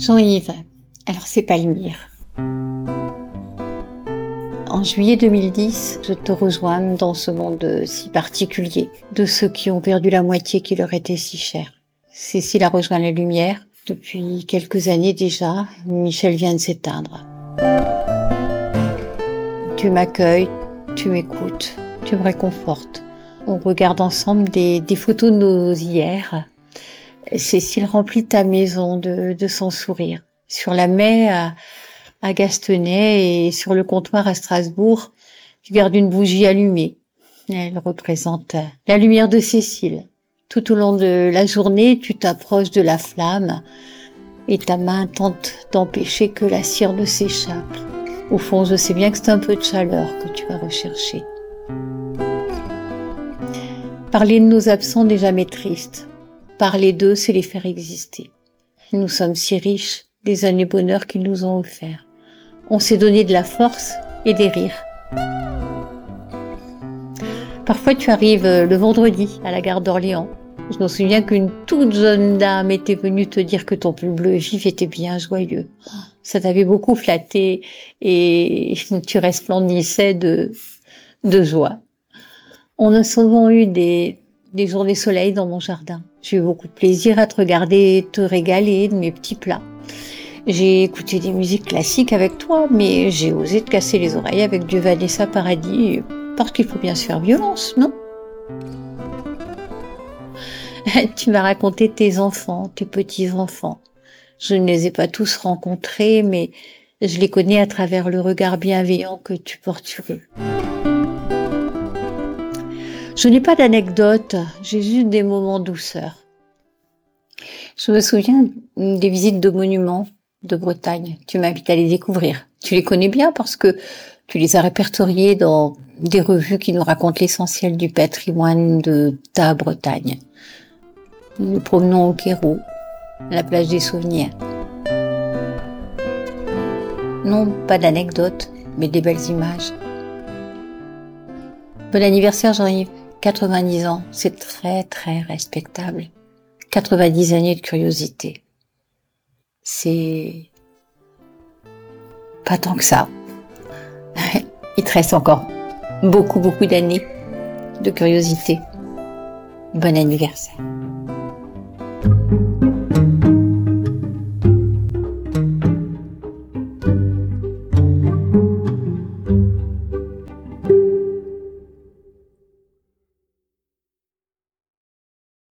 Jean-Yves, alors c'est Palmyre. En juillet 2010, je te rejoins dans ce monde si particulier, de ceux qui ont perdu la moitié qui leur était si chère. Cécile a rejoint la lumière. Depuis quelques années déjà, Michel vient de s'éteindre. Tu m'accueilles, tu m'écoutes, tu me réconfortes. On regarde ensemble des photos de nos hier. Cécile remplit ta maison de son sourire. Sur la Mai à Gastenay et sur le comptoir à Strasbourg, tu gardes une bougie allumée. Elle représente la lumière de Cécile. Tout au long de la journée, tu t'approches de la flamme et ta main tente d'empêcher que la cire ne s'échappe. Au fond, je sais bien que c'est un peu de chaleur que tu vas rechercher. Parler de nos absents n'est jamais triste. Parler d'eux, c'est les faire exister. Nous sommes si riches des années bonheur qu'ils nous ont offerts. On s'est donné de la force et des rires. Parfois, tu arrives le vendredi à la gare d'Orléans. Je me souviens qu'une toute jeune dame était venue te dire que ton pull bleu vif était bien joyeux. Ça t'avait beaucoup flatté et tu resplendissais de joie. On a souvent eu des journées soleil dans mon jardin. J'ai eu beaucoup de plaisir à te regarder te régaler de mes petits plats. J'ai écouté des musiques classiques avec toi, mais j'ai osé te casser les oreilles avec du Vanessa Paradis, parce qu'il faut bien se faire violence, non? Tu m'as raconté tes enfants, tes petits-enfants. Je ne les ai pas tous rencontrés, mais je les connais à travers le regard bienveillant que tu portes sur eux. Je n'ai pas d'anecdotes, j'ai juste des moments douceur. Je me souviens des visites de monuments de Bretagne. Tu m'invites à les découvrir. Tu les connais bien parce que tu les as répertoriés dans des revues qui nous racontent l'essentiel du patrimoine de ta Bretagne. Nous promenons au Quérou, la plage des souvenirs. Non, pas d'anecdotes, mais des belles images. Bon anniversaire Jean-Yves, 90 ans, c'est très très respectable. 90 années de curiosité. C'est pas tant que ça. Il te reste encore beaucoup d'années de curiosité. Bon anniversaire.